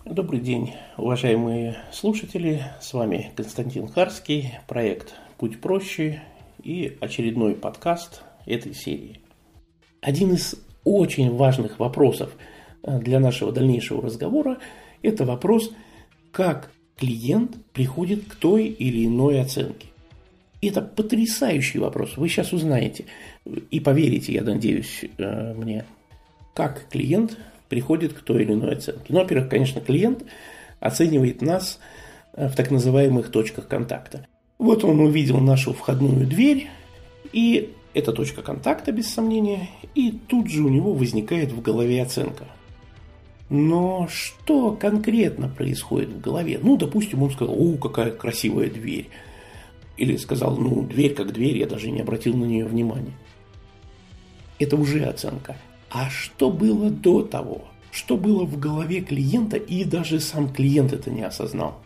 Добрый день, уважаемые слушатели. С вами Константин Харский, проект «Путь проще» и очередной подкаст этой серии. Один из очень важных вопросов для нашего дальнейшего разговора – это вопрос, как клиент приходит к той или иной оценке. Это потрясающий вопрос, вы сейчас узнаете и поверите, я надеюсь, мне, как клиент приходит к той или иной оценке. Ну, во-первых, конечно, клиент оценивает нас в так называемых точках контакта. Вот он увидел нашу входную дверь, и это точка контакта, без сомнения, и тут же у него возникает в голове оценка. Но что конкретно происходит в голове? Ну, допустим, он сказал: «О, какая красивая дверь». Или сказал: «Ну, дверь как дверь, я даже не обратил на нее внимания». Это уже оценка. А что было до того? Что было в голове клиента, и даже сам клиент это не осознал?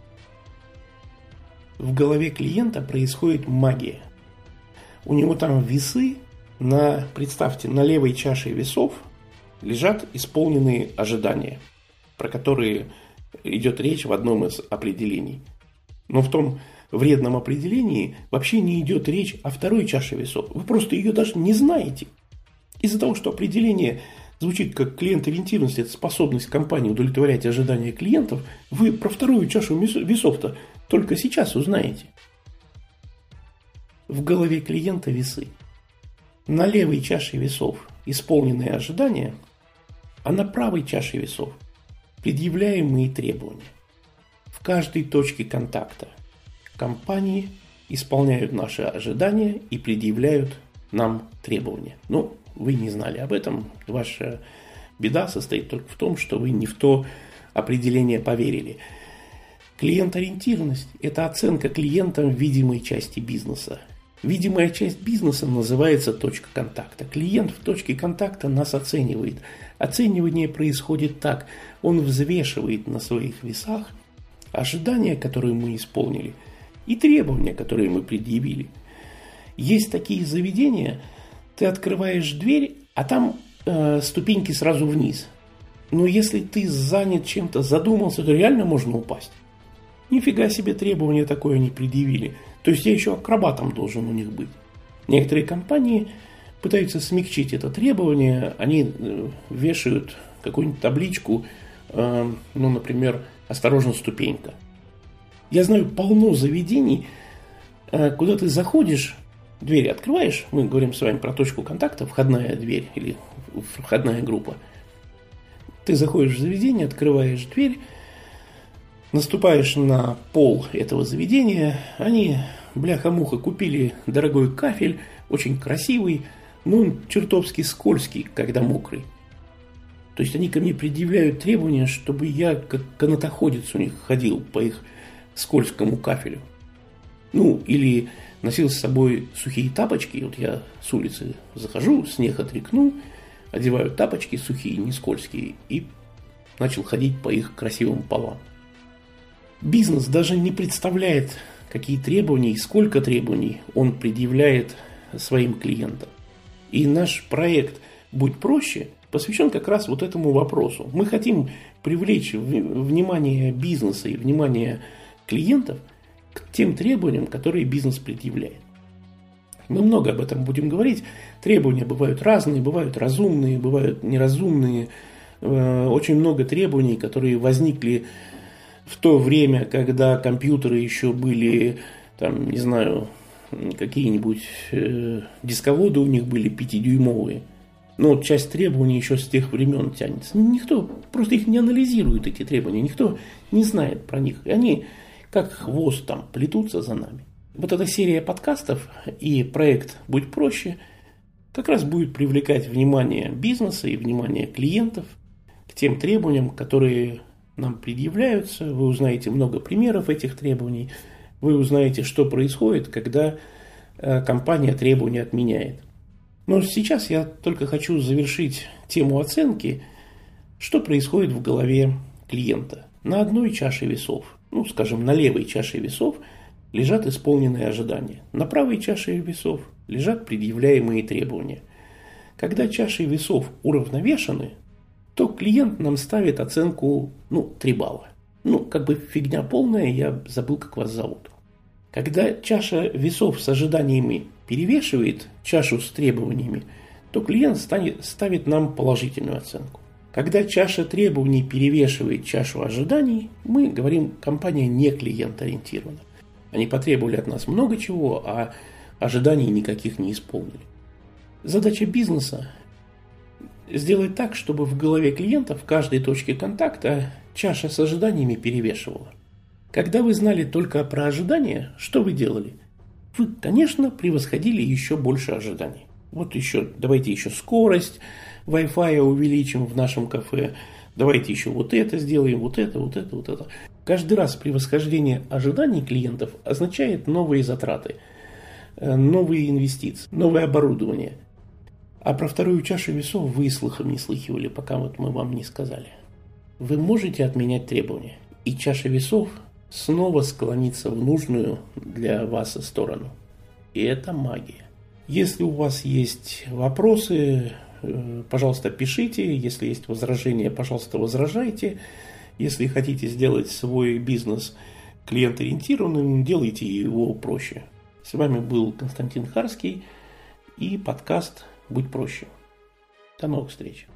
В голове клиента происходит магия. У него там весы, представьте, на левой чаше весов лежат исполненные ожидания, про которые идет речь в одном из определений. Но в том вредном определении вообще не идет речь о второй чаше весов. Вы просто ее даже не знаете. Из-за того, что определение звучит как клиент-ориентированность, это способность компании удовлетворять ожидания клиентов, вы про вторую чашу весов-то только сейчас узнаете. В голове клиента весы. На левой чаше весов исполненные ожидания, а на правой чаше весов предъявляемые требования. В каждой точке контакта компании исполняют наши ожидания и предъявляют нам требования. Ну, вы не знали об этом. Ваша беда состоит только в том, что вы не в то определение поверили. Клиент-ориентированность – это оценка клиентам видимой части бизнеса. Видимая часть бизнеса называется точка контакта. Клиент в точке контакта нас оценивает. Оценивание происходит так. Он взвешивает на своих весах ожидания, которые мы исполнили, и требования, которые мы предъявили. Есть такие заведения, ты открываешь дверь, а там ступеньки сразу вниз. Но если ты занят чем-то, задумался, то реально можно упасть. Нифига себе, требования такое не предъявили. То есть я еще акробатом должен у них быть. Некоторые компании пытаются смягчить это требование. Они вешают какую-нибудь табличку, например, «Осторожно, ступенька». Я знаю полно заведений, куда ты заходишь, дверь открываешь, мы говорим с вами про точку контакта, входная дверь или входная группа. Ты заходишь в заведение, открываешь дверь, наступаешь на пол этого заведения, они, бляха-муха, купили дорогой кафель, очень красивый, но он чертовски скользкий, когда мокрый. То есть они ко мне предъявляют требования, чтобы я как канатоходец у них ходил по их скользкому кафелю. Ну, или носил с собой сухие тапочки. Вот я с улицы захожу, снег отряхнул, одеваю тапочки сухие, не скользкие, и начал ходить по их красивым полам. Бизнес даже не представляет, какие требования и сколько требований он предъявляет своим клиентам. И наш проект «Будь проще» посвящен как раз вот этому вопросу. Мы хотим привлечь внимание бизнеса и внимание клиентов к тем требованиям, которые бизнес предъявляет. Мы много об этом будем говорить. Требования бывают разные, бывают разумные, бывают неразумные. Очень много требований, которые возникли в то время, когда компьютеры еще были, там, не знаю, какие-нибудь дисководы у них были 5-дюймовые. Но вот часть требований еще с тех времен тянется. Никто просто их не анализирует, эти требования. Никто не знает про них. И они как хвост там плетутся за нами. Вот эта серия подкастов и проект «Будь проще» как раз будет привлекать внимание бизнеса и внимание клиентов к тем требованиям, которые нам предъявляются. Вы узнаете много примеров этих требований. Вы узнаете, что происходит, когда компания требования отменяет. Но сейчас я только хочу завершить тему оценки, что происходит в голове клиента. На одной чаше весов, скажем, на левой чаше весов лежат исполненные ожидания. На правой чаше весов лежат предъявляемые требования. Когда чаши весов уравновешены, то клиент нам ставит оценку 3 балла. Фигня полная, я забыл, как вас зовут. Когда чаша весов с ожиданиями перевешивает чашу с требованиями, то клиент ставит нам положительную оценку. Когда чаша требований перевешивает чашу ожиданий, мы говорим, компания не клиент-ориентирована. Они потребовали от нас много чего, а ожиданий никаких не исполнили. Задача бизнеса – сделать так, чтобы в голове клиента в каждой точке контакта чаша с ожиданиями перевешивала. Когда вы знали только про ожидания, что вы делали? Вы, конечно, превосходили еще больше ожиданий. Давайте еще скорость Wi-Fi увеличим в нашем кафе. Давайте еще вот это сделаем, вот это. Каждый раз превосхождение ожиданий клиентов означает новые затраты, новые инвестиции, новое оборудование. А про вторую чашу весов вы и слыхом не слыхивали, пока мы вам не сказали. Вы можете отменять требования, и чаша весов снова склонится в нужную для вас сторону. И это магия. Если у вас есть вопросы, пожалуйста, пишите. Если есть возражения, пожалуйста, возражайте. Если хотите сделать свой бизнес клиент-ориентированным, делайте его проще. С вами был Константин Харский и подкаст «Будь проще». До новых встреч.